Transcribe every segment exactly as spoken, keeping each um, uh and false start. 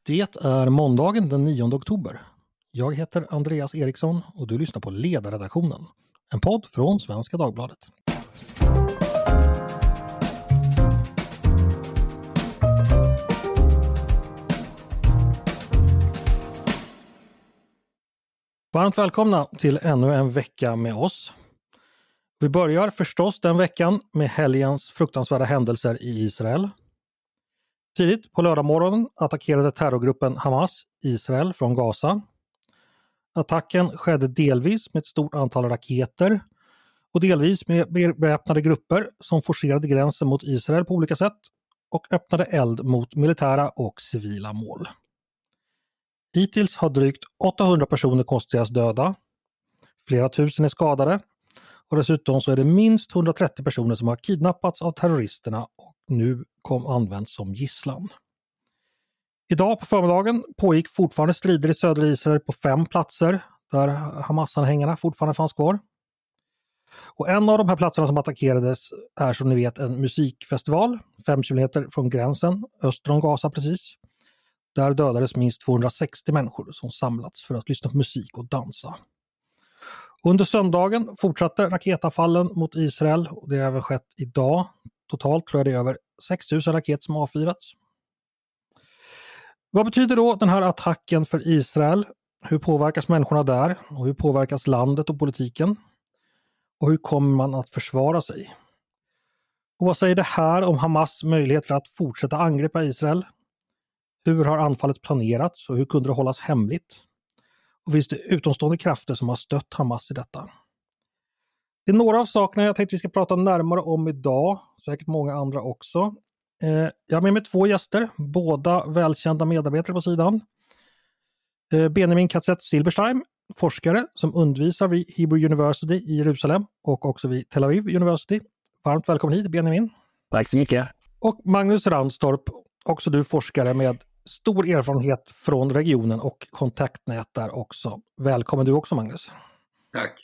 Det är måndagen den nionde oktober. Jag heter Andreas Eriksson och du lyssnar på Ledarredaktionen, en podd från Svenska Dagbladet. Varmt välkomna till ännu en vecka med oss. Vi börjar förstås den veckan med helgens fruktansvärda händelser i Israel. Tidigt på lördagmorgonen attackerade terrorgruppen Hamas Israel från Gaza. Attacken skedde delvis med ett stort antal raketer och delvis med beväpnade grupper som forcerade gränsen mot Israel på olika sätt och öppnade eld mot militära och civila mål. Hittills har drygt åttahundra personer konstaterats döda, flera tusen är skadade och dessutom så är det minst hundratrettio personer som har kidnappats av terroristerna och nu kom används som gisslan. Idag på förmiddagen pågick fortfarande strider i södra Israel på fem platser där Hamas-anhängarna fortfarande fanns kvar. Och en av de här platserna som attackerades är som ni vet en musikfestival fem kilometer från gränsen öster om Gaza precis. Där dödades minst tvåhundrasextio människor som samlats för att lyssna på musik och dansa. Under söndagen fortsatte raketanfallen mot Israel och det har även skett idag. Totalt tror jag det är över sex tusen raketer som avfyrats. Vad betyder då den här attacken för Israel? Hur påverkas människorna där? Och hur påverkas landet och politiken? Och hur kommer man att försvara sig? Och vad säger det här om Hamas möjligheter att fortsätta angripa Israel? Hur har anfallet planerats och hur kunde det hållas hemligt? Och finns det utomstående krafter som har stött Hamas i detta? Det är några av sakerna jag tänkte vi ska prata närmare om idag, säkert många andra också. Eh, jag har med mig två gäster, båda välkända medarbetare på sidan. Eh, Benjamin Katz-Silbersheim, forskare som undervisar vid Hebrew University i Jerusalem och också vid Tel Aviv University. Varmt välkommen hit Benjamin. Tack så mycket. Och Magnus Ranstorp, också du forskare med stor erfarenhet från regionen och kontaktnät där också. Välkommen du också Magnus. Tack.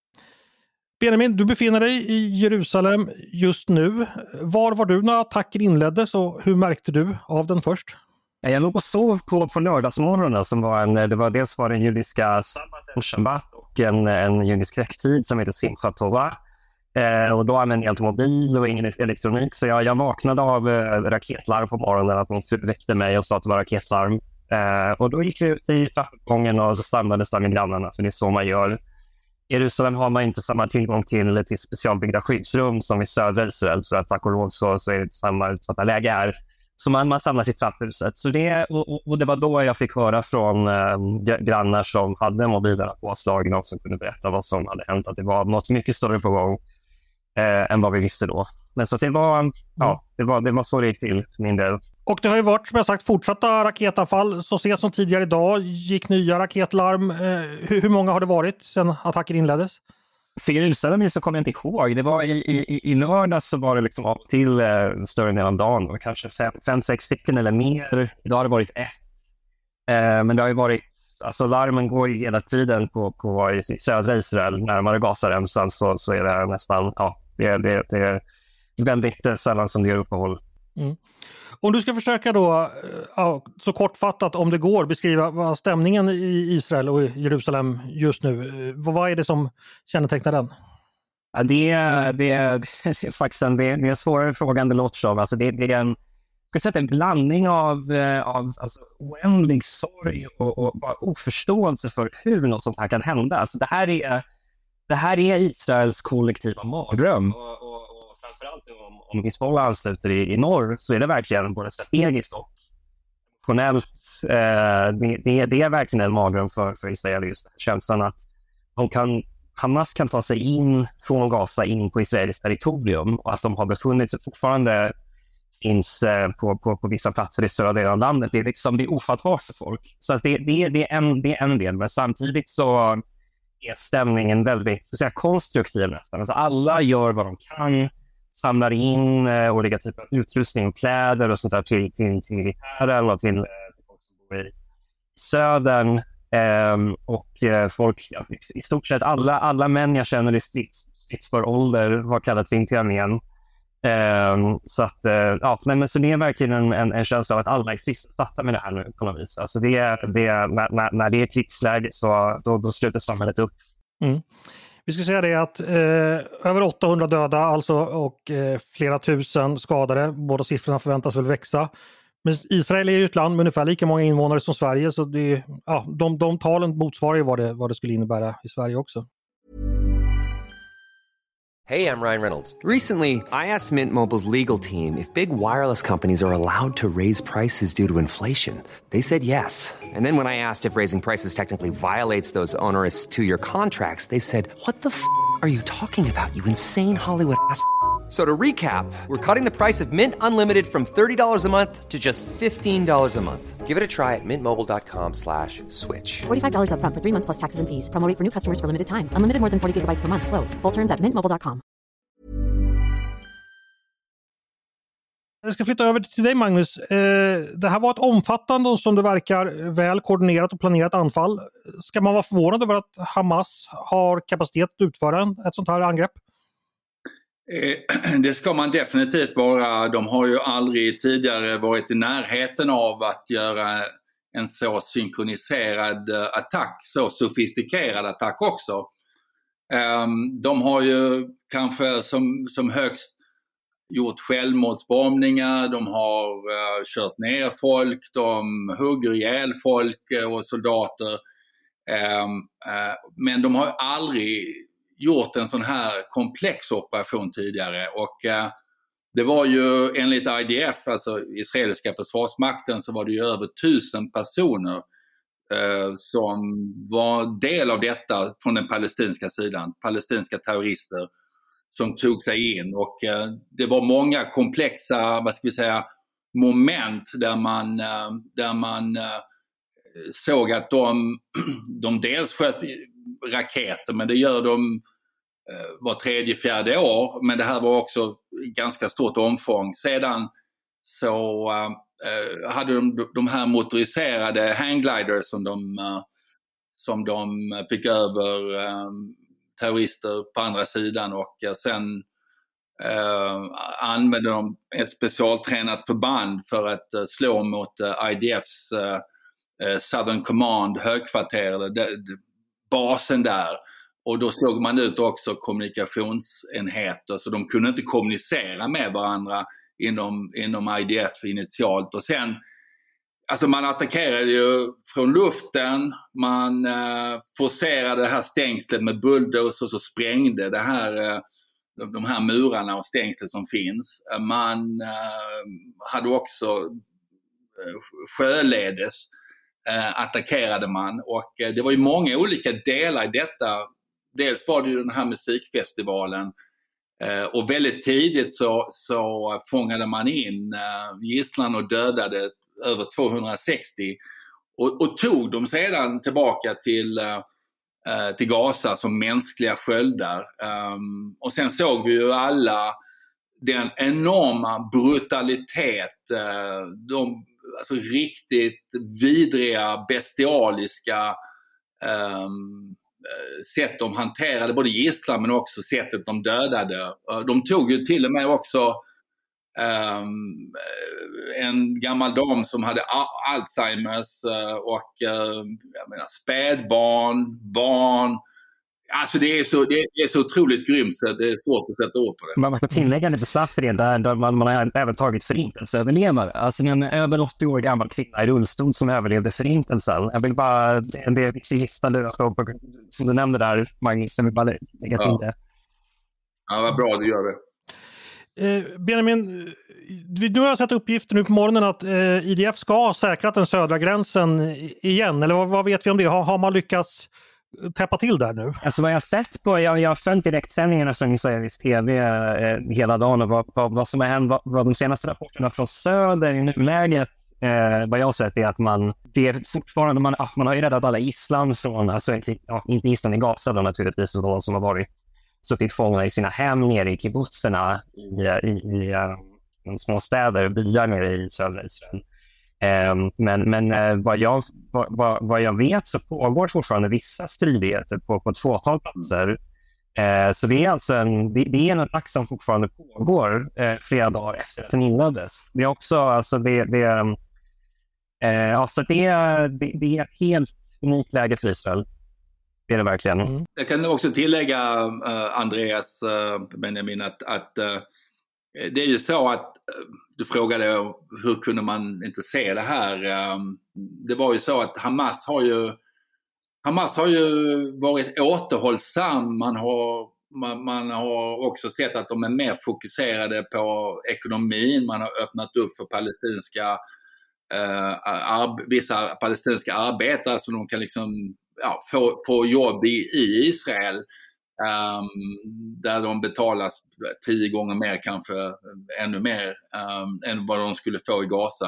Benjamin, du befinner dig i Jerusalem just nu. Var var du när attacken inleddes och hur märkte du av den först? Jag låg och sov på, på lördagsmorgonen som var en, det var dels var den judiska sabbaten, shabbat och en, en judisk högtid som heter Simchat Torah. Eh, och då använde jag inte mobil och ingen elektronik så jag, jag vaknade av eh, raketlarm på morgonen att min fru väckte mig och sa att det var raketlarm. Eh, och då gick vi ut i trappuppgången och så samlades där med grannarna för det är så man gör. I Jerusalem har man inte samma tillgång till, till specialbyggda skyddsrum som i södra Israel för att tack och lov så, så är det inte samma utsatta läge här. Så man, man samlas i trapphuset. Så det, och, och det var då jag fick höra från eh, grannar som hade mobilerna påslagna och som kunde berätta vad som hade hänt. Att det var något mycket större på gång eh, än vad vi visste då. Men så det var, mm. ja, det var, det var så det gick till för min del. Och det har ju varit som jag sagt fortsatta raketanfall. Så ses som tidigare idag gick nya raketlarm. Eh, hur, hur många har det varit sedan attacken inleddes? För Jerusalem så kommer jag inte ihåg. Det var i, i, i lördag så var det liksom av till eh, större del av dagen. Och kanske fem, fem, sex stycken eller mer. Idag har det varit ett. Eh, men det har ju varit, alltså larmen går ju hela tiden på, på i södra Israel. Närmare Gazaremsan så, så är det nästan, ja, det, det, det är väldigt sällan som det gör uppehåll. Mm. Om du ska försöka då, ja, så kortfattat om det går, beskriva vad stämningen i Israel och i Jerusalem just nu, vad är det som kännetecknar den? Ja, det, är, det, är, det är faktiskt en, det är, det är en svårare fråga än det låter som. Alltså det, det är en, ska säga, en blandning av, av alltså, oändlig sorg och, och bara oförståelse för hur något sånt här kan hända. Alltså det, här är, det här är Israels kollektiva mardröm. Och, och, och framförallt om, om Hizbollah ansluter i, i norr så är det verkligen både strategiskt och emotionellt. Eh, det, det, det är verkligen en mardröm för, för Israel, just känslan att de kan, Hamas kan ta sig in från Gaza in på Israels territorium och att de har befunnit sig fortfarande finns eh, på, på, på vissa platser i södra delen av landet. Det är, liksom, det är ofattbart för folk. Så att det, det, det, är en, det är en del, men samtidigt så är stämningen väldigt så att säga, konstruktiv nästan. Alltså alla gör vad de kan, samlar in eh, olika typer av utrustning och kläder och sånt där till, till, till militären och till, eh, till folk som bor i södern. Eh, och eh, folk, ja, i stort sett alla, alla män jag känner i strids, stridsför ålder har kallats in till armén. Um, så att, uh, ja, men, men så det är verkligen en, en, en känsla av att alla är sysselsatta med det här nu på något vis. Alltså det är, det är, när, när, när det är krigsläge så då, då slutar samhället upp. Mm. Vi ska säga det att eh, över åttahundra döda alltså och eh, flera tusen skadade. Båda siffrorna förväntas väl växa. Men Israel är ju ett land med ungefär lika många invånare som Sverige, så det, ja, de, de talen motsvarar ju vad det, vad det skulle innebära i Sverige också. Hey, I'm Ryan Reynolds. Recently, I asked Mint Mobile's legal team if big wireless companies are allowed to raise prices due to inflation. They said yes. And then when I asked if raising prices technically violates those onerous two-year contracts, they said, "What the f*** are you talking about, you insane Hollywood ass?" So to recap, we're cutting the price of Mint Unlimited from thirty dollars a month to just fifteen dollars a month. Give it a try at mintmobile.com slash switch. forty-five dollars up front for three months plus taxes and fees. Promo rate for new customers for limited time. Unlimited more than forty gigabytes per month. Slows full terms at mint mobile dot com. Jag ska flytta över till dig, Magnus. Eh, det här var ett omfattande och som det verkar väl koordinerat och planerat anfall. Ska man vara förvånad över att Hamas har kapacitet att utföra ett sånt här angrepp? Det ska man definitivt vara. De har ju aldrig tidigare varit i närheten av att göra en så synkroniserad attack, så sofistikerad attack också. De har ju kanske som, som högst gjort självmordsbombningar, de har uh, kört ner folk, de hugger ihjäl folk och soldater. Um, uh, men de har aldrig gjort en sån här komplex operation tidigare, och uh, det var ju enligt I D F, alltså israeliska försvarsmakten, så var det ju över tusen personer uh, som var del av detta från den palestinska sidan, palestinska terrorister som tog sig in, och uh, det var många komplexa, vad ska vi säga, moment där man, uh, där man uh, såg att de, de dels sköt raketer, men det gör de uh, var tredje, fjärde år, men det här var också ganska stort omfång. Sedan så uh, uh, hade de de här motoriserade hanggliders som de, uh, som de fick över um, terrorister på andra sidan, och uh, sen uh, använde de ett specialtränat förband för att uh, slå mot uh, I D F:s uh, uh, Southern Command högkvarter, eller de, de, basen där. Och då slog man ut också kommunikationsenheter, så de kunde inte kommunicera med varandra inom, inom I D F initialt. Och sen, alltså man attackerade ju från luften, man eh, forcerade det här stängslet med bulldozer, och så sprängde det här, eh, de här murarna och stängslet som finns. Man eh, hade också eh, sjöledes eh, attackerade man, och eh, det var ju många olika delar i detta. Dels var det ju den här musikfestivalen, eh, och väldigt tidigt så, så fångade man in eh, gisslan och dödade över tvåhundrasextio, och, och tog dem sedan tillbaka till, eh, till Gaza som mänskliga sköldar. Um, och sen såg vi ju alla den enorma brutalitet, eh, de alltså riktigt vidriga, bestialiska um, sätt de hanterade både gisslan men också sättet de dödade. De tog ju till och med också um, en gammal dam som hade Alzheimers och uh, jag menar, spädbarn, barn. Alltså det är så, det är så otroligt grymt så det är svårt att sätta ord på det. Man får tillägga lite snabbt det där, där man, man har även tagit förintelseöverlevare. Alltså en över åttio år gammal kvinna i rullstol som överlevde förintelsen. Jag vill bara, det är en viktig lista du, som du nämnde där, Magnus, jag vill bara lägga till det. Ja, vad bra du gör det. Eh, Benjamin, nu har jag sett uppgifter nu på morgonen att eh, I D F ska ha säkrat den södra gränsen igen, eller vad, vad vet vi om det? Har, har man lyckats täppa till där nu? Alltså vad jag har sett på, jag, jag har följt direktsändningarna från israelisk tv eh, hela dagen, och vad, vad, vad som har hänt, vad, vad de senaste rapporterna från söder i nuläget, eh, vad jag har sett är att man, det är fortfarande, man, ah, man har ju räddat alla gisslan från, alltså inte, ja, inte gisslan i Gaza då naturligtvis, och de som har varit suttit fångna i sina hem nere i kibbutzerna i, i, i um, små städer, byar nere i södra Israel. Um, men men uh, vad, jag, vad, vad jag vet så pågår fortfarande vissa stridigheter på, på ett fåtal platser. Eh, så det är alltså en, det, det är en attack som fortfarande pågår eh, flera dagar efter att den inleddes. Det är också, alltså det, det, eh, ja, så det, det, det är ett helt unikt läge för Israel. Det är det verkligen. Mm. Jag kan också tillägga, uh, Andreas uh, Benjamin, att, att uh, det är ju så att uh, du frågade hur kunde man inte se det här. Uh, det var ju så att Hamas har ju Hamas har ju varit återhållsam. Man har, man, man har också sett att de är mer fokuserade på ekonomin. Man har öppnat upp för palestinska uh, ar- vissa palestinska arbetare så de kan liksom Ja, få, få jobb i, i Israel um, där de betalas tio gånger mer, kanske ännu mer um, än vad de skulle få i Gaza.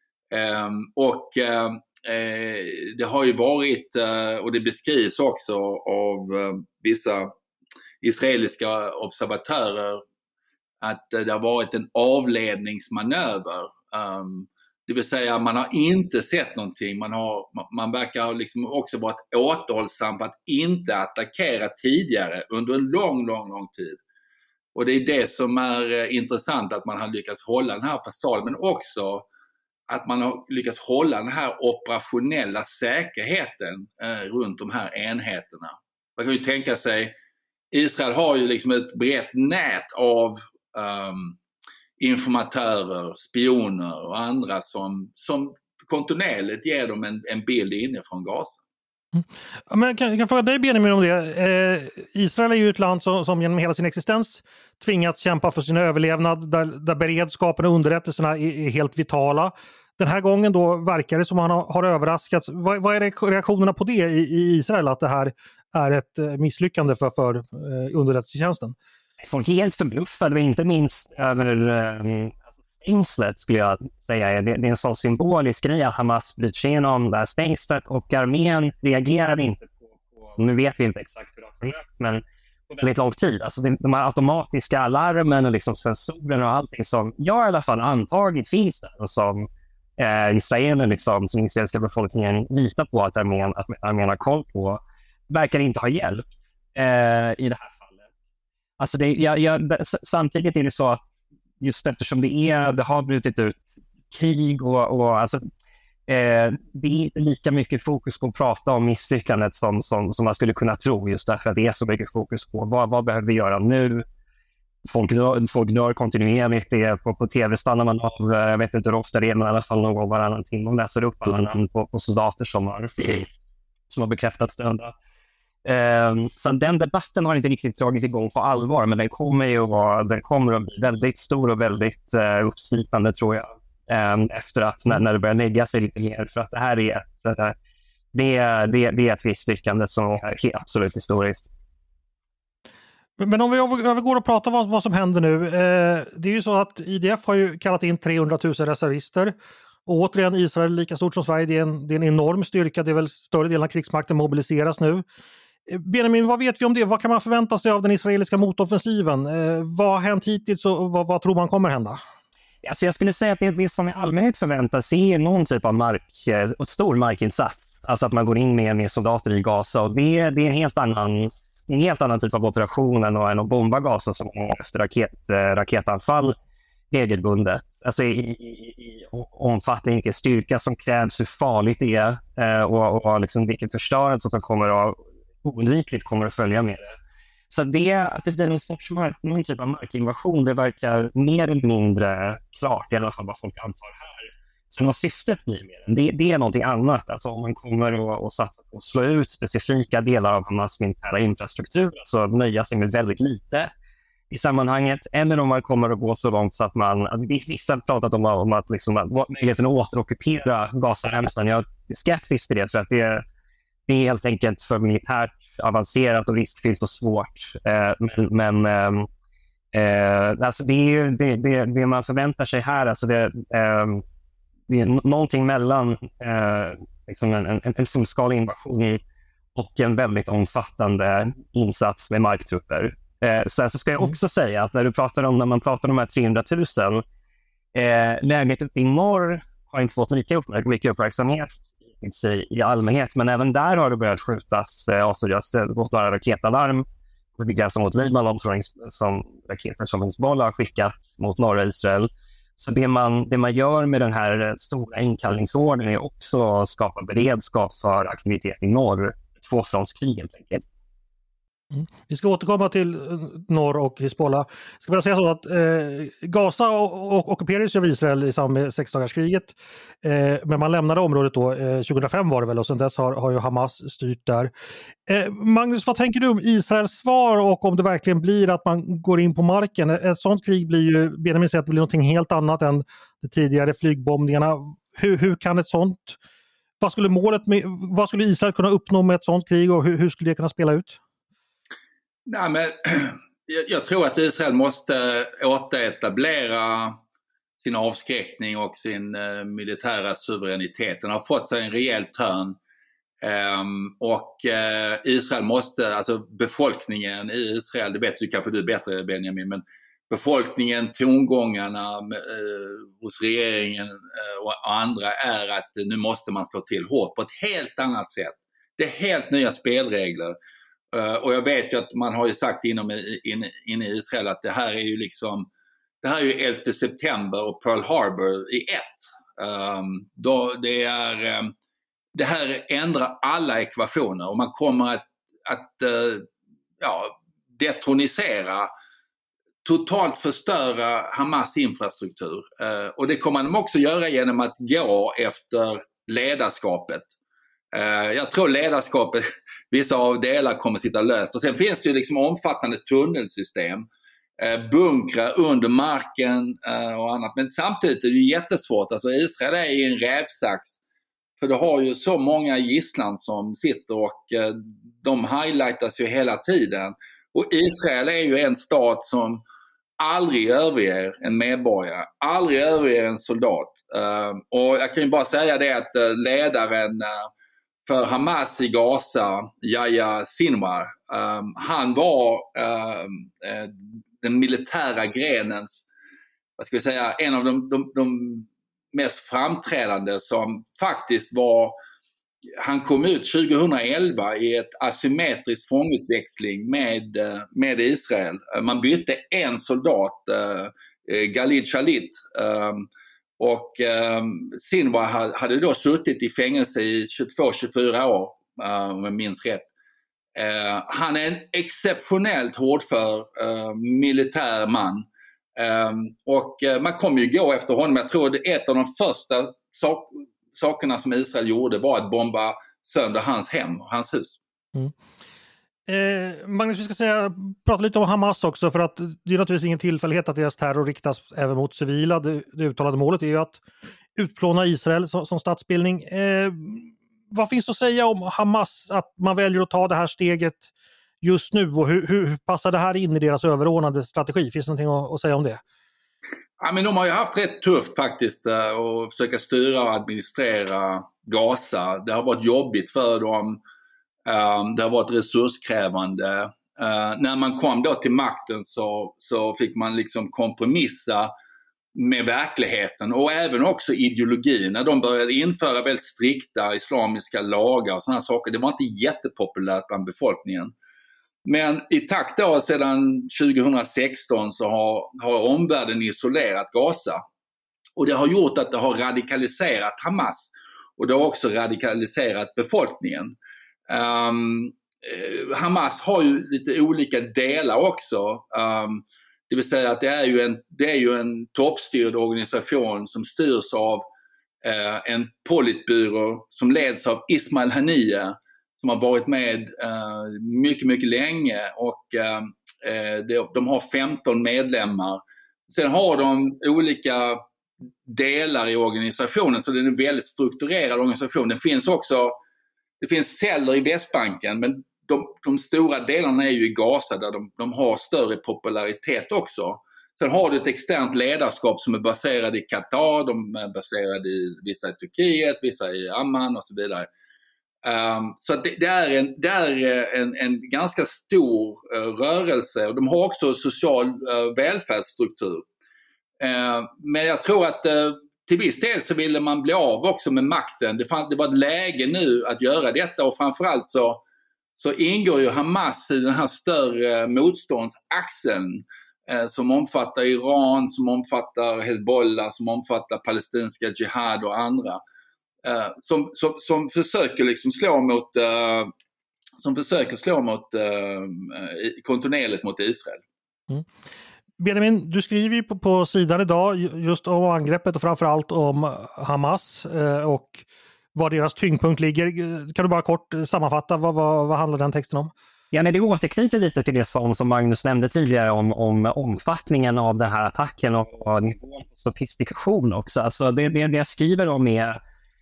Um, och uh, eh, det har ju varit, uh, och det beskrivs också av uh, vissa israeliska observatörer, att uh, det har varit en avledningsmanöver. Um, Det vill säga man har inte sett någonting, man, har, man verkar liksom också varit återhållsam på att inte attackera tidigare under en lång, lång, lång tid. Och det är det som är intressant, att man har lyckats hålla den här fasaden, men också att man har lyckats hålla den här operationella säkerheten eh, runt de här enheterna. Man kan ju tänka sig, Israel har ju liksom ett brett nät av um, informatörer, spioner och andra som, som kontinuerligt ger dem en, en bild inifrån Gaza. Mm. Ja, men kan, kan jag fråga dig Benjamin om det? Eh, Israel är ju ett land som, som genom hela sin existens tvingats kämpa för sin överlevnad, där, där beredskapen och underrättelserna är, är helt vitala. Den här gången då verkar det som man har, har överraskats. Vad, vad är reaktionerna på det i, i Israel, att det här är ett misslyckande för, för eh, underrättelsetjänsten? Folk är helt förbluffade, inte minst över eh, alltså stängslet skulle jag säga. Det, det är en sån symbolisk grej att Hamas bryter sig igenom det här stängslet, och armén reagerar inte på, på, nu vet vi inte exakt hur det har förlöpt, men på väldigt lång tid. Alltså det, de här automatiska alarmen och liksom sensorerna och allting som jag i alla fall antagit finns där, och som eh, Israel liksom, som israeliska befolkningen litar på att armén, att armén har koll på, verkar inte ha hjälpt eh, i det här. Alltså det, jag, jag, samtidigt är det så att just eftersom det, är, det har brutit ut krig och, och alltså, eh, det är inte lika mycket fokus på att prata om misslyckandet som, som, som man skulle kunna tro, just därför att det är så mycket fokus på vad, vad behöver vi göra nu. Folk dör, folk dör kontinuerligt, det är på, på tv stannar man av, jag vet inte hur ofta det är, men i alla fall någon gång varannan timme, och läser upp alla namn på, på soldater som har, som har bekräftats döda. Um, så den debatten har inte riktigt dragit igång på allvar, men den kommer ju vara, den kommer att bli väldigt stor och väldigt uh, uppslitande, tror jag, um, efter att när, när det börjar lägga sig lite mer, för att det här är ett, uh, det, det, det är ett misslyckande som är helt absolut historiskt. Men om vi övergår och pratar vad, vad som händer nu, eh, det är ju så att I D F har ju kallat in trehundratusen reservister. Och återigen, Israel är lika stort som Sverige, det är, en, det är en enorm styrka, det är väl större delen av krigsmakten mobiliseras nu. Benjamin, vad vet vi om det? Vad kan man förvänta sig av den israeliska motoffensiven? Eh, vad har hänt hittills och vad, vad tror man kommer hända? Alltså jag skulle säga att det, det som i allmänhet förväntas är någon typ av mark, och stor markinsats. Alltså att man går in med, med soldater i Gaza, och det, det är en helt annan, en helt annan typ av operation än, än att bomba Gaza som efter raket, raketanfall regelbundet. Alltså i, i, i omfattning, vilken styrka som krävs, hur farligt det är eh, och, och liksom vilken förstörelse som kommer att oundvikligt kommer att följa med det. Så det, att det blir någon, sorts mark, någon typ av markinvasion, det verkar mer eller mindre klart, i alla fall vad folk antar här. Sen vad syftet blir med den, det, det är någonting annat. Alltså om man kommer att, att satsa på att slå ut specifika delar av Hamas militära infrastruktur, alltså nöja sig med väldigt lite i sammanhanget, eller om man kommer att gå så långt så att man, att vissa har pratat om, om att liksom, möjligheten att återockupera Gazaremsan. Jag är skeptisk till det, för att det, det är helt enkelt för militärt avancerat och riskfyllt och svårt. Eh, men men eh, alltså det, är, det, det, det man förväntar sig här, alltså det, eh, det är någonting mellan eh, liksom en, en, en fullskalig invasion och en väldigt omfattande insats med marktrupper. Eh, sen så ska jag också säga att när, du pratar om, när man pratar om de här trehundratusen, eh, läget uppe i norr har inte fått lika uppmärk- mycket uppmärksamhet i, i allmänhet, men även där har det börjat skjutas, eh, avslöjas det gått några raketalarm begränsat mot Libanon som, som raketer som Hezbollah har skickat mot norra Israel. Så det man, det man gör med den här stora inkallningsordern är också att skapa beredskap för aktivitet i norr. Tvåfrontskrig helt enkelt. Mm. Vi ska återkomma till norr och Hezbollah. Jag ska bara säga så att eh, Gaza och, och ockuperades av Israel i samband med sexdagarskriget. Eh, men man lämnade området då, eh, tjugohundrafem var det väl, och sedan dess har, har ju Hamas styrt där. Eh, Magnus, vad tänker du om Israels svar och om det verkligen blir att man går in på marken? Ett sådant krig blir ju, Benjamin säger att det blir något helt annat än de tidigare flygbombningarna. Hur, hur kan ett sånt, vad skulle målet med, vad skulle Israel kunna uppnå med ett sådant krig och hur, hur skulle det kunna spela ut? Nej, men jag tror att Israel måste återetablera sin avskräckning och sin uh, militära suveränitet. Den har fått sig en rejäl törn. Um, och uh, Israel måste, alltså befolkningen i Israel, det vet du kanske du bättre Benjamin, men befolkningen, tongångarna uh, hos regeringen uh, och andra är att uh, nu måste man slå till hårt på ett helt annat sätt. Det är helt nya spelregler. Uh, och jag vet ju att man har ju sagt inom inne in i Israel att det här är ju liksom, det här är ju elfte september och Pearl Harbor i ett. Um, då det är um, det här ändrar alla ekvationer och man kommer att, att uh, ja, detronisera, totalt förstöra Hamas infrastruktur. Uh, och det kommer man också göra genom att gå efter ledarskapet. Uh, jag tror ledarskapet, vissa av delar kommer sitta löst. Och sen finns det ju liksom omfattande tunnelsystem, uh, bunkrar under marken uh, och annat. Men samtidigt är det ju jättesvårt. Alltså Israel är i en rävsax. För det har ju så många gisslan som sitter och uh, de highlightas ju hela tiden. Och Israel är ju en stat som aldrig överger en medborgare, aldrig överger en soldat. Uh, och jag kan ju bara säga det att uh, ledaren uh, för Hamas i Gaza, Yahya Sinwar, um, han var um, uh, den militära grenens, vad ska vi säga, en av de, de, de mest framträdande som faktiskt var, han kom ut tjugohundraelva i ett asymmetrisk fångutväxling med, med Israel. Man bytte en soldat, uh, Galid Shalit, um, och um, Sinwar hade då suttit i fängelse i tjugotvå till tjugofyra år, uh, om jag minns rätt. Uh, han är en exceptionellt hårdför uh, militär man. Um, och uh, man kommer ju gå efter honom. Jag tror att ett av de första sak- sakerna som Israel gjorde var att bomba sönder hans hem och hans hus. Mm. Eh, Magnus, vi ska säga, prata lite om Hamas också, för att det är naturligtvis ingen tillfällighet att deras terror riktas även mot civila. Det, det uttalade målet är ju att utplåna Israel som, som statsbildning. Eh, vad finns det att säga om Hamas, att man väljer att ta det här steget just nu, och hur, hur passar det här in i deras överordnade strategi? Finns det någonting att, att säga om det? Ja, men de har ju haft rätt tufft faktiskt att försöka styra och administrera Gaza. Det har varit jobbigt för dem. Um, det har varit resurskrävande. Uh, när man kom då till makten så, så fick man liksom kompromissa med verkligheten och även också ideologin. När de började införa väldigt strikta islamiska lagar och sådana saker, det var inte jättepopulärt bland befolkningen. Men i takt då sedan tjugohundrasexton så har, har omvärlden isolerat Gaza. Och det har gjort att det har radikaliserat Hamas och det har också radikaliserat befolkningen. Um, Hamas har ju lite olika delar också. Um, det vill säga att det är ju en, det är ju en toppstyrd organisation som styrs av uh, en politbyrå som leds av Ismail Haniyeh, som har varit med uh, mycket, mycket länge, och uh, de, de har femton medlemmar. Sen har de olika delar i organisationen, så det är en väldigt strukturerad organisation. Det finns också Det finns celler i Västbanken, men de, de stora delarna är ju i Gaza där de, de har större popularitet också. Sen har du ett externt ledarskap som är baserade i Qatar, de är baserade i vissa i Turkiet, vissa i Amman och så vidare. Um, så det, det är, en, det är en, en ganska stor uh, rörelse, och de har också social uh, välfärdsstruktur. Uh, men jag tror att uh, till viss del så ville man bli av också med makten. Det, fann, det var ett läge nu att göra detta, och framförallt så, så ingår ju Hamas i den här större motståndsaxeln eh, som omfattar Iran, som omfattar Hezbollah, som omfattar palestinska jihad och andra. Eh, som, som, som försöker liksom slå mot eh, som försöker slå mot eh, kontinuerligt mot Israel. Mm. Benjamin, du skriver ju på, på sidan idag just om angreppet och framförallt om Hamas eh, och var deras tyngdpunkt ligger. Kan du bara kort sammanfatta vad, vad, vad handlar den texten om? Ja, nej, det återknyter lite till det som, som Magnus nämnde tidigare om, om omfattningen av den här attacken och, och nivån på sofistikation också. Alltså det, det, det jag skriver om är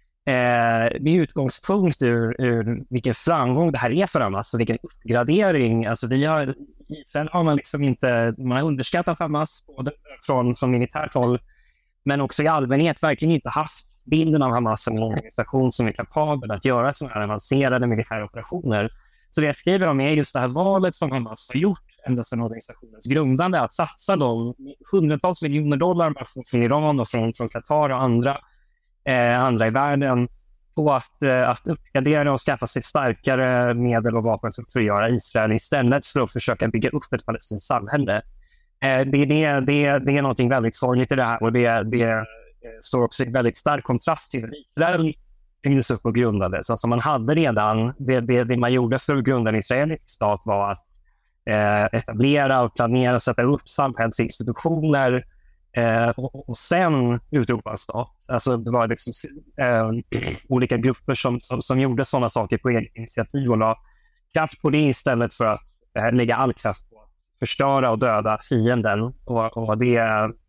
eh, med utgångspunkt ur, ur vilken framgång det här är för dem, alltså vilken uppgradering. Alltså vi har, Israel har man liksom inte, man har underskattat Hamas både från, från militärt håll, men också i allmänhet verkligen inte haft bilden av Hamas som en organisation som är kapabel att göra sådana här avancerade militära operationer. Så det jag skriver om är just det här valet som Hamas har gjort ända sedan organisationens grundande, att satsa de hundratals miljoner dollar från Iran och från, från Qatar och andra, eh, andra i världen på att, eh, att uppgradera och skaffa sig starkare medel och vapen för att göra Israel istället för att försöka bygga upp ett palestinskt samhälle. Det, det, det, det är något väldigt sorgligt i det här och det, det står också i väldigt stark kontrast till Israel byggdes upp och grundades. Alltså man hade redan, det, det, det man gjorde för att grunda en israelisk stat var att eh, etablera och planera och sätta upp samhällsinstitutioner eh, och, och sen utropa en stat. Alltså det var liksom, eh, olika grupper som, som, som gjorde sådana saker på egen initiativ och la kraft på det istället för att eh, lägga all kraft på förstöra och döda fienden och, och, det,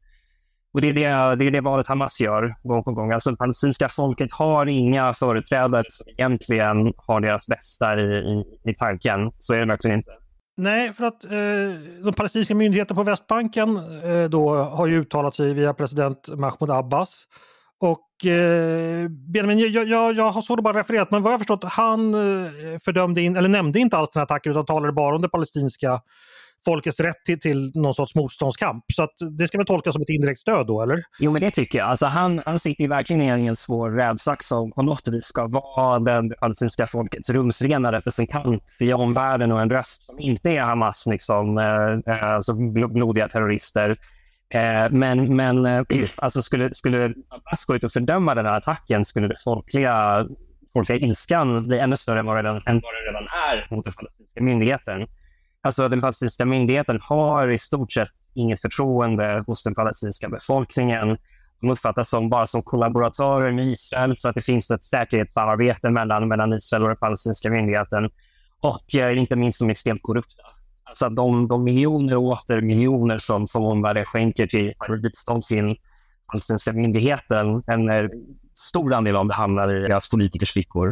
och det, är det, det är det valet Hamas gör gång på gång. Alltså det palestinska folket har inga företrädare som egentligen har deras bästa i, i, i tanken. Så är det verkligen inte. Nej, för att eh, de palestinska myndigheterna på Västbanken eh, då har ju uttalat sig via president Mahmoud Abbas. Och eh, Benjamin, jag, jag, jag har svårt att bara refererat, men vad jag förstått, han eh, fördömde in, eller nämnde inte alls den här attacken utan talade bara om det palestinska folkets rätt till, till någon sorts motståndskamp. Så att det ska väl tolkas som ett indirekt stöd då, eller? Jo, men det tycker jag. Alltså han, han sitter ju verkligen i en svår rävsax som på något vis ska vara den palestinska folkets rumsrena representant i omvärlden och en röst som inte är Hamas, liksom, eh, alltså blodiga terrorister. Eh, men men eh, alltså skulle, skulle Abbas gå ut och fördöma den här attacken skulle det folkliga, folkliga ilskan bli ännu större än vad, redan, än vad det redan är mot den palestinska myndigheten. Alltså den palestinska myndigheten har i stort sett inget förtroende hos den palestinska befolkningen. De uppfattas som bara som kollaboratörer med Israel för att det finns ett säkerhetssamarbete mellan, mellan Israel och den palestinska myndigheten. Och eh, inte minst som extremt korrupta. Alltså de, de miljoner och åter miljoner som, som omvärlden skänker till bistånd till palestinska myndigheten, en eh, stor andel av det hamnar i deras politikers fickor.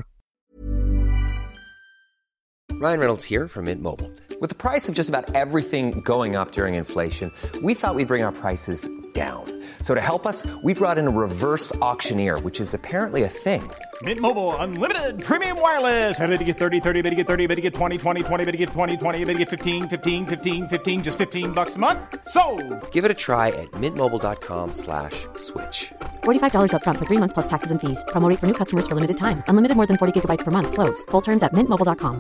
Ryan Reynolds here from Mint Mobile. With the price of just about everything going up during inflation, we thought we'd bring our prices down. So to help us, we brought in a reverse auctioneer, which is apparently a thing. Mint Mobile Unlimited Premium Wireless. How to get thirty, thirty, how to get thirty, how to get twenty, twenty, twenty, how to get twenty, twenty, how to get fifteen, fifteen, fifteen, fifteen, just fifteen bucks a month? Sold! Give it a try at mintmobile.com slash switch. forty-five dollars up front for three months plus taxes and fees. Promo rate for new customers for limited time. Unlimited more than forty gigabytes per month. Slows full terms at mint mobile dot com.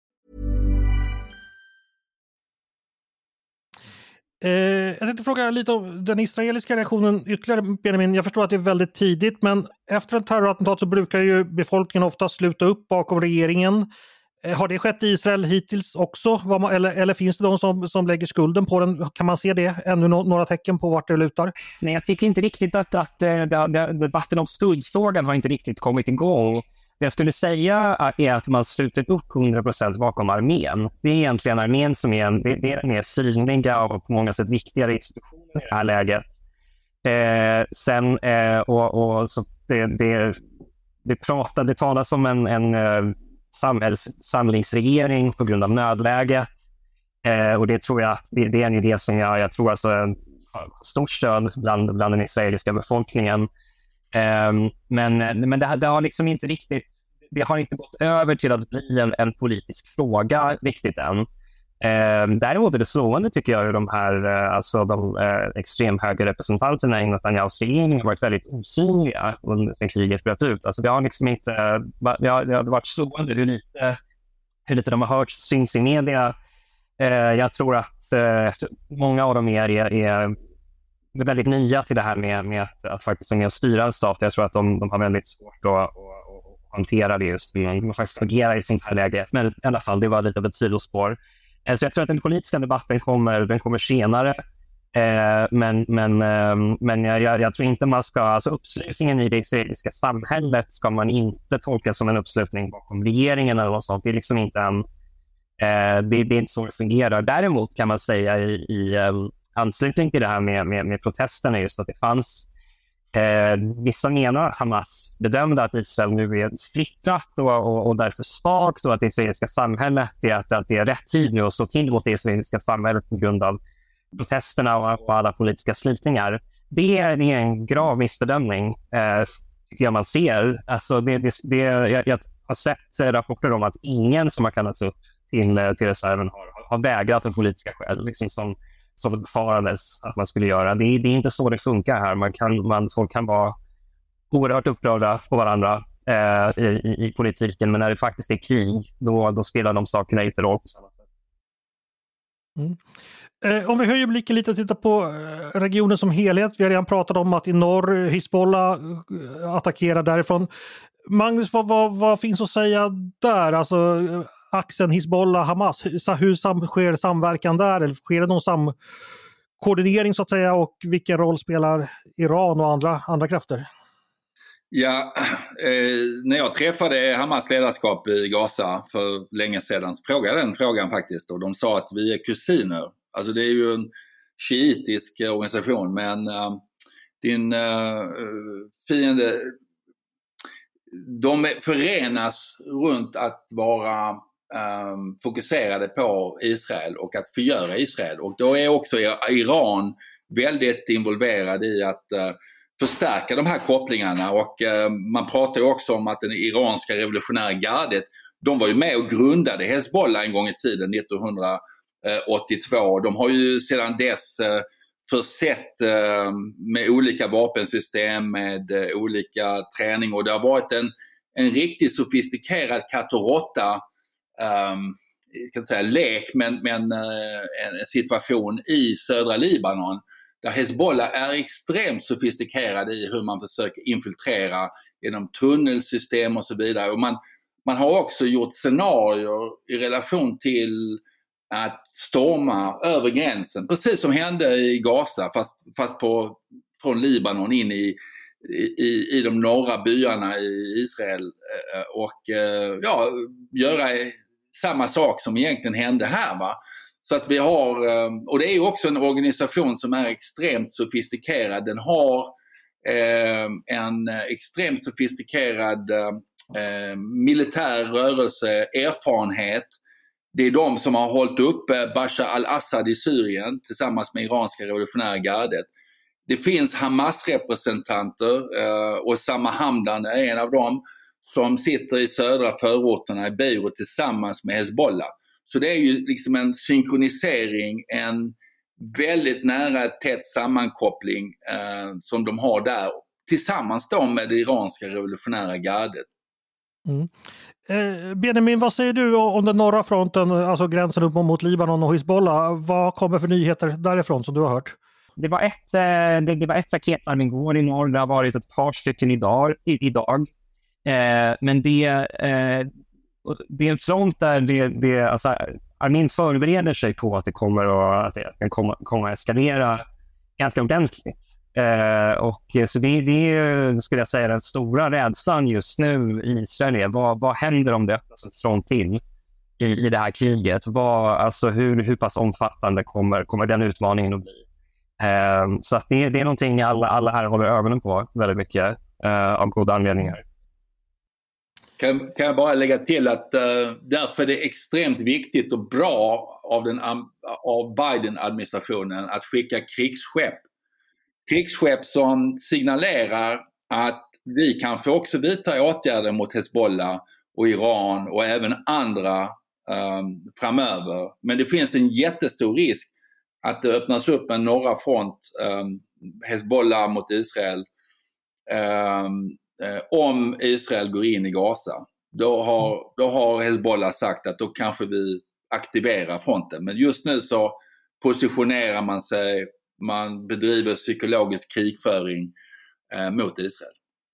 Eh, jag tänkte fråga lite om den israeliska reaktionen ytterligare, Benjamin. Jag förstår att det är väldigt tidigt, men efter en terrorattentat så brukar ju befolkningen ofta sluta upp bakom regeringen. Eh, har det skett i Israel hittills också? Man, eller, eller finns det de som, som lägger skulden på den? Kan man se det? Ännu no- några tecken på vart det lutar? Nej, jag tycker inte riktigt att, att, att, att debatten om skuldfrågan har inte riktigt kommit igång. Det jag skulle säga är att man sluter upp hundra procent bakom armén. Det är egentligen armén som är, en, det, det är den mer synliga och på många sätt viktigare institutionen i det här läget. Eh, sen, eh, och, och så det, det, det, pratar, det talas om en, en uh, samhällssamlingsregering på grund av nödläget. Eh, och det tror jag att det, det är en idé som jag, jag tror alltså har stort stöd bland, bland den israeliska befolkningen. Um, men men det, det har liksom inte riktigt, det har inte gått över till att bli en, en politisk fråga riktigt än. Um, däremot är det slående tycker jag hur de här uh, alltså de uh, extremhögerrepresentanterna i Netanyahus regering har varit väldigt osynliga under sen kriget bröt ut. Alltså det har liksom inte, det har, det har varit slående hur lite hur lite de har hört syns i media. Eh, jag tror att eh, många av dem är, är, är väldigt nya till det här med, med att, att faktiskt med att styra en stat. Jag tror att de, de har väldigt svårt att, att, att hantera det just. Man faktiskt agera i sånt här läge. Men i alla fall, det var lite av ett sidospår. Eh, så jag tror att den politiska debatten kommer, den kommer senare. Eh, men men, eh, men jag, jag tror inte man ska, alltså uppslutningen i det israeliska samhället ska man inte tolka som en uppslutning bakom regeringen eller något sånt. Det är liksom inte en, eh, det, det är inte så det fungerar. Däremot kan man säga i, i um, anslutning till det här med, med, med protesterna just att det fanns eh, vissa menar att Hamas bedömde att Israel nu är splittrat och, och, och därför svagt och att det israeliska samhället är att, att det är rätt tid nu att slå till mot det israeliska samhället på grund av protesterna och, och alla politiska slitningar. Det är, det är en grav missbedömning eh, tycker jag man ser. Alltså det, det, det, jag, jag har sett rapporter om att ingen som har kallats upp till, till reserven har, har vägrat av politiska skäl liksom som, som det befarades att man skulle göra. Det, det är inte så det funkar här. Man kan, man, folk kan vara oerhört upprörda på varandra eh, i, i, i politiken, men när det faktiskt är krig då, då spelar de sakerna inte roll på samma sätt. Mm. Eh, om vi höjer blicken lite och tittar på eh, regionen som helhet. Vi har redan pratat om att i norr Hizbollah eh, attackerar därifrån. Magnus, vad, vad, vad finns att säga där? Alltså eh, axeln Hizbollah-Hamas. Hur, hur sam, sker samverkan där? Eller sker det någon samkoordinering så att säga? Och vilken roll spelar Iran och andra, andra krafter? Ja, eh, när jag träffade Hamas ledarskap i Gaza för länge sedan så frågade jag den frågan faktiskt och de sa att vi är kusiner. Alltså det är ju en shiitisk organisation men uh, din uh, fiende, de förenas runt att vara um, fokuserade på Israel och att förgöra Israel och då är också Iran väldigt involverad i att uh, förstärka de här kopplingarna och uh, man pratar ju också om att den iranska revolutionära gardet, de var ju med och grundade Hezbollah en gång i tiden nittonhundraåttiotvå. De har ju sedan dess uh, försett uh, med olika vapensystem, med uh, olika träning och det har varit en, en riktigt sofistikerad katt och råtta um, jag kan säga lek men, men uh, en situation i södra Libanon där Hezbollah är extremt sofistikerad i hur man försöker infiltrera genom tunnelsystem och så vidare. Och man, man har också gjort scenarier i relation till att storma över gränsen. Precis som hände i Gaza fast, fast på, från Libanon in i, i, i de norra byarna i Israel. Och ja, göra samma sak som egentligen hände här va. Så att vi har, och det är ju också en organisation som är extremt sofistikerad. Den har eh, en extremt sofistikerad eh, militär rörelse, erfarenhet. Det är de som har hållit upp Bashar al-Assad i Syrien tillsammans med iranska revolutionära gardet. Det finns Hamas-representanter, eh, och Osama Hamdan är en av dem som sitter i södra förorterna i Beirut tillsammans med Hezbollah. Så det är ju liksom en synkronisering, en väldigt nära tät sammankoppling eh, som de har där tillsammans då med det iranska revolutionära gardet. Mm. Eh, Benjamin, vad säger du om den norra fronten, alltså gränsen upp mot Libanon och Hizbollah? Vad kommer för nyheter därifrån som du har hört? Det var ett, det, det var ett raketarm igår i norr, det har varit ett par stycken idag. idag. Eh, men det... Eh, Det är en front där det, det, alltså, armén förbereder sig på att det kommer att, att det kommer, kommer att eskalera ganska ordentligt. Eh, och så det, det är, skulle jag säga, den stora rädslan just nu i Israel. Vad, vad händer om det öppnas en front till i, i det här kriget? Vad, alltså, hur, hur pass omfattande kommer, kommer den utmaningen att bli? Eh, så att det, det är någonting alla, alla här håller ögonen på väldigt mycket eh, av goda anledningar. Kan, kan jag bara lägga till att uh, därför är det extremt viktigt och bra av, den, av Biden-administrationen att skicka krigsskepp. Krigsskepp som signalerar att vi kanske också vidta åtgärder mot Hezbollah och Iran och även andra um, framöver. Men det finns en jättestor risk att det öppnas upp en norra front, um, Hezbollah mot Israel, um, om Israel går in i Gaza. då har, då har Hezbollah sagt att då kanske vi aktiverar fronten. Men just nu så positionerar man sig, man bedriver psykologisk krigföring eh, mot Israel.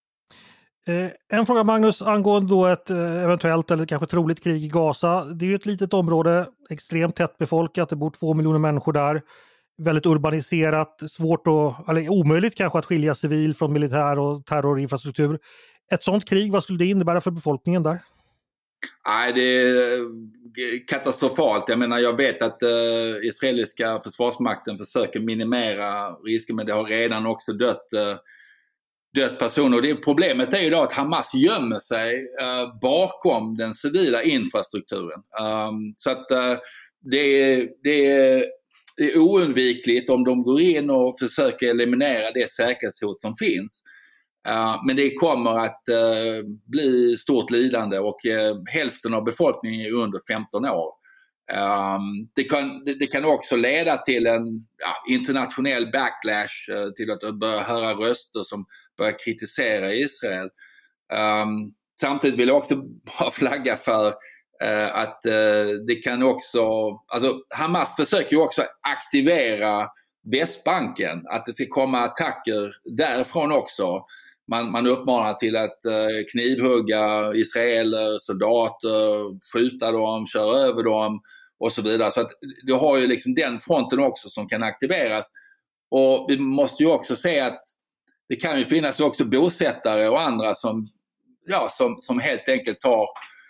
Eh, en fråga Magnus angående då ett eh, eventuellt eller kanske troligt krig i Gaza. Det är ju ett litet område, extremt tätt befolkat, det bor två miljoner människor där. Väldigt urbaniserat, svårt att, eller omöjligt kanske att skilja civil från militär och terrorinfrastruktur. Ett sådant krig, vad skulle det innebära för befolkningen där? Nej, det är katastrofalt. Jag menar, jag vet att uh, israeliska försvarsmakten försöker minimera risker, men det har redan också dött, uh, dött personer. Och det problemet är ju då att Hamas gömmer sig uh, bakom den civila infrastrukturen. Um, så att uh, det, är, det, är, det är oundvikligt om de går in och försöker eliminera det säkerhetshot som finns. Uh, men det kommer att uh, bli stort lidande och uh, hälften av befolkningen är under femton år. Um, det, kan, det, det kan också leda till en ja, internationell backlash, uh, till att börja höra röster som börjar kritisera Israel. Um, samtidigt vill jag också bara flagga för uh, att uh, det kan också, alltså Hamas försöker ju också aktivera Västbanken, att det ska komma attacker därifrån också. Man, man uppmanar till att uh, knivhugga israeler, soldater, skjuta dem, köra över dem och så vidare. Så att du har ju liksom den fronten också som kan aktiveras. Och vi måste ju också se att det kan ju finnas också bosättare och andra som, ja, som, som helt enkelt tar,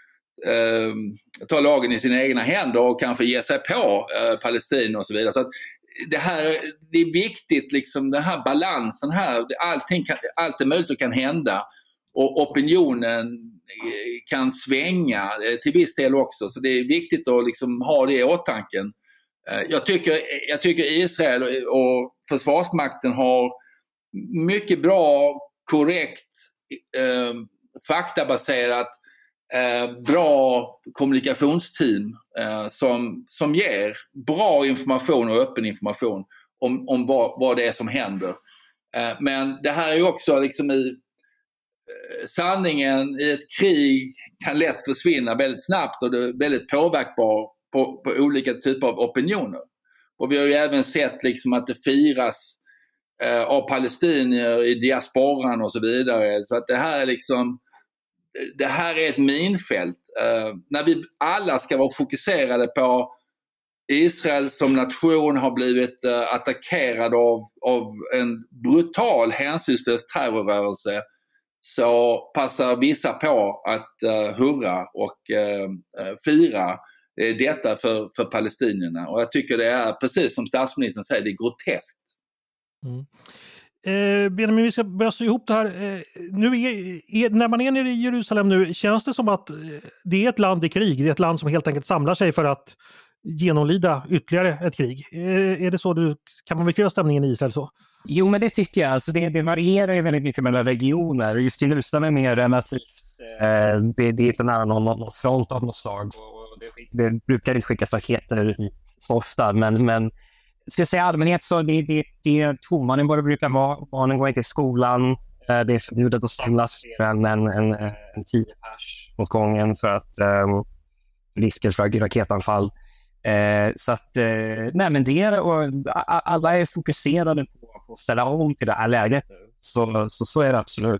uh, tar lagen i sina egna händer och kanske ger sig på uh, Palestina och så vidare. Så att det här, det är viktigt liksom, den här balansen här, allting kan, allt är möjligt och kan hända och opinionen kan svänga till viss del också, så det är viktigt att liksom ha det i åtanke. Jag tycker, jag tycker Israel och försvarsmakten har mycket bra, korrekt, eh, faktabaserat Eh, bra kommunikationsteam eh, som, som ger bra information och öppen information om, om vad, vad det är som händer. Eh, men det här är ju också liksom i eh, sanningen i ett krig kan lätt försvinna väldigt snabbt och det är väldigt påverkbar på, på olika typer av opinioner. Och vi har ju även sett liksom att det firas eh, av palestinier i diasporan och så vidare. Så att det här är liksom Det här är ett minfält. Uh, när vi alla ska vara fokuserade på Israel som nation har blivit uh, attackerad av, av en brutal hänsynslös terrorrörelse, så passar vissa på att uh, hurra och uh, uh, fira uh, detta för, för palestinierna. Och jag tycker det är, precis som statsministern säger, det är groteskt. Mm. Eh, Benjamin, vi ska börja sy ihop det här. Eh, nu är, är, när man är nere i Jerusalem nu, känns det som att eh, det är ett land i krig. Det är ett land som helt enkelt samlar sig för att genomlida ytterligare ett krig. Eh, är det så du, kan man beskriva stämningen i Israel så? Jo, men det tycker jag. Alltså det, det varierar ju väldigt mycket mellan regioner. Just Jerusalem är mer relativt. Eh, det, det är inte nära någon, någon front av något slag. Och det, det brukar inte skickas raketer så ofta, men, men ska jag säga allmänhet så det, det, det är toman vad det brukar vara. Barnen går inte i skolan. Det är förbjudet att samlas fler än en, en, en tio pers mot gången för att um, risker för raketanfall. Eh, så att, eh, nej men det är, och alla är fokuserade på, på att ställa om till det här läget. Så, så, så är det absolut.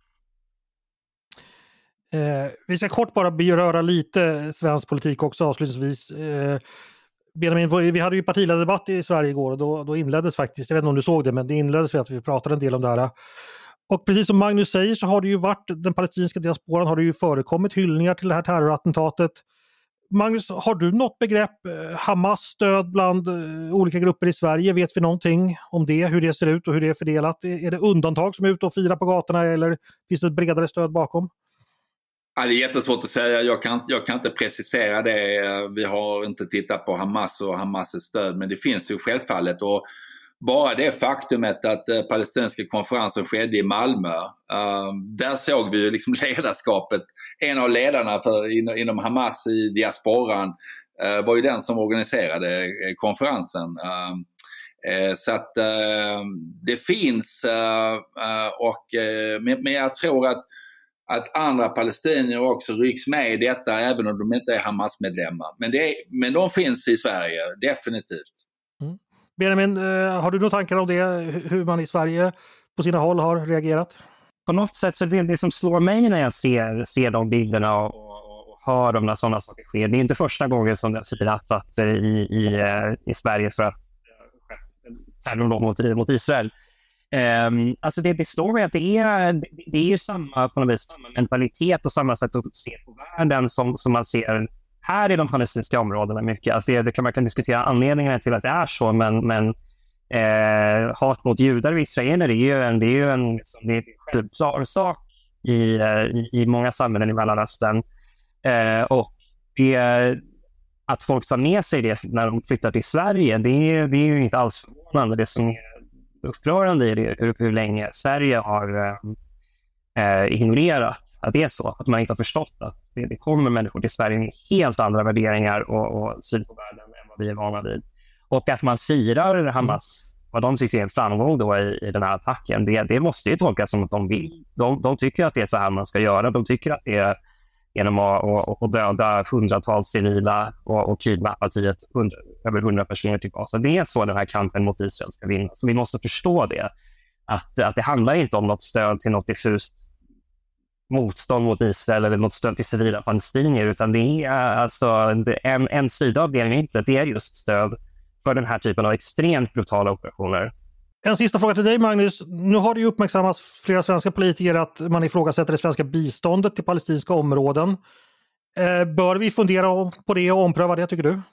Eh, vi ska kort bara beröra lite svensk politik också avslutningsvis. Eh, Benjamin, vi hade ju partiledardebatt i Sverige igår och då, då inleddes faktiskt, jag vet inte om du såg det, men det inleddes med att vi pratade en del om det här. Och precis som Magnus säger så har det ju varit, den palestinska diasporan har det ju förekommit hyllningar till det här terrorattentatet. Magnus, har du något begrepp, Hamas stöd bland olika grupper i Sverige? Vet vi någonting om det, hur det ser ut och hur det är fördelat? Är det undantag som är ute och firar på gatorna eller finns det ett bredare stöd bakom? Ja, det är jättesvårt att säga. Jag kan, jag kan inte precisera det. Vi har inte tittat på Hamas och Hamas stöd, men det finns ju självfallet. Och bara det faktumet att uh, palestinska konferensen skedde i Malmö, uh, där såg vi ju liksom ledarskapet. En av ledarna för, in, inom Hamas i diasporan uh, var ju den som organiserade uh, konferensen. Uh, uh, så att uh, det finns uh, uh, och uh, men, men jag tror att att andra palestinier också rycks med i detta, även om de inte är Hamas-medlemmar. Men, det är, men de finns i Sverige, definitivt. Mm. Benjamin, har du några tankar om det? Hur man i Sverige på sina håll har reagerat? På något sätt så är det det som slår mig när jag ser, ser de bilderna och, och, och hör om när sådana saker sker. Det är inte första gången som det har firats att i, i, i Sverige för att terror mot, mot Israel. Um, alltså det, det slår mig att det är, det, det är ju samma, på något vis, samma mentalitet och samma sätt att se på världen som, som man ser här i de palestinska områdena mycket. Att det, det kan man kan diskutera anledningarna till att det är så, men, men eh, hat mot judar och israeler är ju en, det är ju en, det är en självklar sak i, i, i många samhällen i Mellanöstern. Eh, och det, att folk tar med sig det när de flyttar till Sverige, det är, det är ju inte alls förvånande. Det som är upprörande i det hur, hur länge Sverige har eh, ignorerat att det är så. Att man inte har förstått att det, det kommer människor till Sverige med helt andra värderingar och, och syn på världen än vad vi är vana vid. Och att man firar Hamas, vad de tycker är en framgång då i, i den här attacken, det, det måste ju tolkas som att de vill. De, de tycker att det är så här man ska göra. De tycker att det är genom att och, och döda hundratals civila och, och kidnappa tio, hundra, över hundra personer till Gaza. Det är så den här kampen mot Israel ska vinna. Så vi måste förstå det. Att, att det handlar inte om något stöd till något diffust motstånd mot Israel eller något stöd till civila palestinier, utan det är alltså det, en, en sida av det är inte, det är just stöd för den här typen av extremt brutala operationer. En sista fråga till dig, Magnus. Nu har det ju uppmärksammats flera svenska politiker att man ifrågasätter det svenska biståndet till palestinska områden. Eh, bör vi fundera på det och ompröva det, tycker du?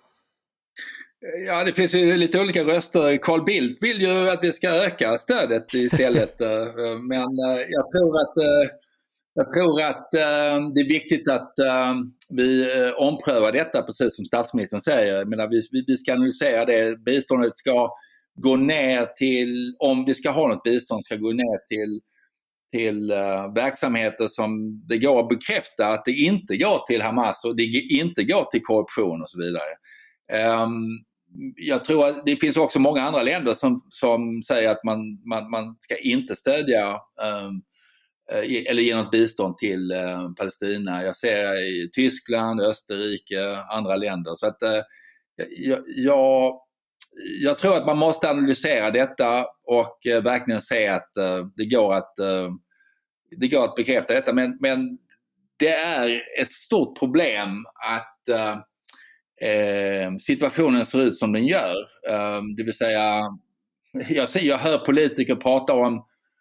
Ja, det finns ju lite olika röster. Carl Bildt vill ju att vi ska öka stödet istället. Men jag tror att, jag tror att det är viktigt att vi omprövar detta, precis som statsministern säger. Jag menar, vi, vi ska analysera det. Biståndet ska gå ner till, om vi ska ha något bistånd, ska gå ner till, till uh, verksamheter som det går att bekräfta att det inte går till Hamas och det inte går till korruption och så vidare. Um, jag tror att det finns också många andra länder som, som säger att man, man, man ska inte stödja um, eller ge något bistånd till uh, Palestina. Jag ser i Tyskland, Österrike, andra länder. Så att uh, jag, jag Jag tror att man måste analysera detta och uh, verkligen se att uh, det, går att, uh, det går att bekräfta detta. Men, men det är ett stort problem att uh, uh, situationen ser ut som den gör. Uh, det vill säga, jag, ser, jag hör politiker prata om,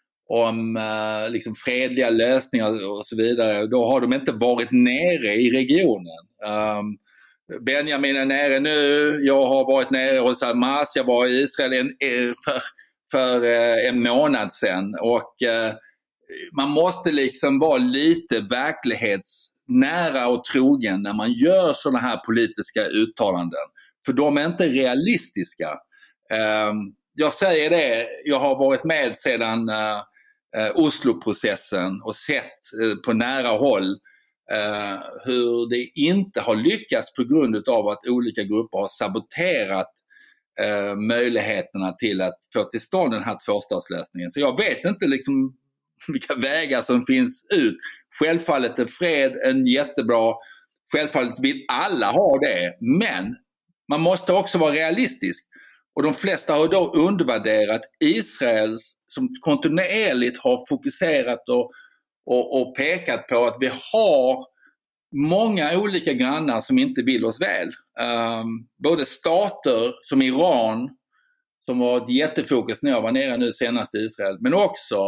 om uh, liksom fredliga lösningar och så vidare. Då har de inte varit nere i regionen. Um, Benjamin är nere nu, jag har varit nere hos Hamas, jag var i Israel en, för, för en månad sedan och eh, man måste liksom vara lite verklighetsnära och trogen när man gör sådana här politiska uttalanden, för de är inte realistiska. Eh, jag säger det, jag har varit med sedan eh, Oslo-processen och sett eh, på nära håll Uh, hur det inte har lyckats på grund av att olika grupper har saboterat uh, möjligheterna till att få till stånd den här tvåstatslösningen. Så jag vet inte liksom vilka vägar som finns ut. Självfallet är fred en jättebra, självfallet vill alla ha det, men man måste också vara realistisk. Och de flesta har då undervärderat Israels, som kontinuerligt har fokuserat och Och, och pekat på att vi har många olika grannar som inte vill oss väl. Um, både stater som Iran, som var ett jättefokus när jag var nere nu senast i Israel, men också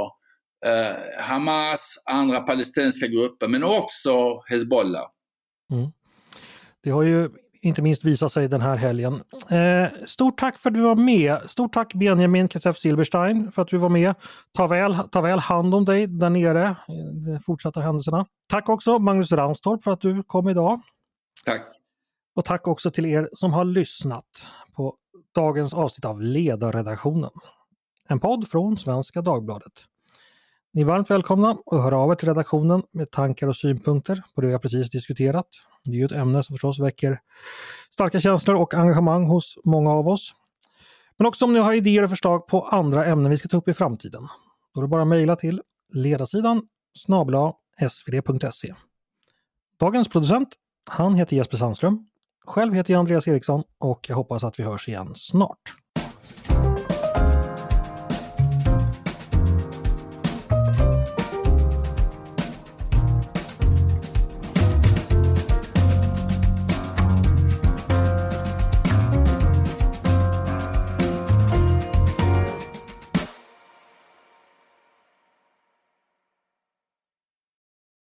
uh, Hamas, andra palestinska grupper, men också Hezbollah. Mm. Det har ju inte minst visat sig den här helgen. Eh, stort tack för att du var med. Stort tack Benjamin Katef-Silberstein för att du var med. Ta väl, ta väl hand om dig där nere i de fortsatta händelserna. Tack också Magnus Ranstorp för att du kom idag. Tack. Och tack också till er som har lyssnat på dagens avsnitt av Ledarredaktionen. En podd från Svenska Dagbladet. Ni är varmt välkomna att höra av er till redaktionen med tankar och synpunkter på det vi har precis diskuterat. Det är ju ett ämne som förstås väcker starka känslor och engagemang hos många av oss. Men också om ni har idéer och förslag på andra ämnen vi ska ta upp i framtiden. Då är det bara att mejla till ledarsidan snabel-a s v d punkt se. Dagens producent, han heter Jesper Sandström. Själv heter jag Andreas Eriksson och jag hoppas att vi hörs igen snart.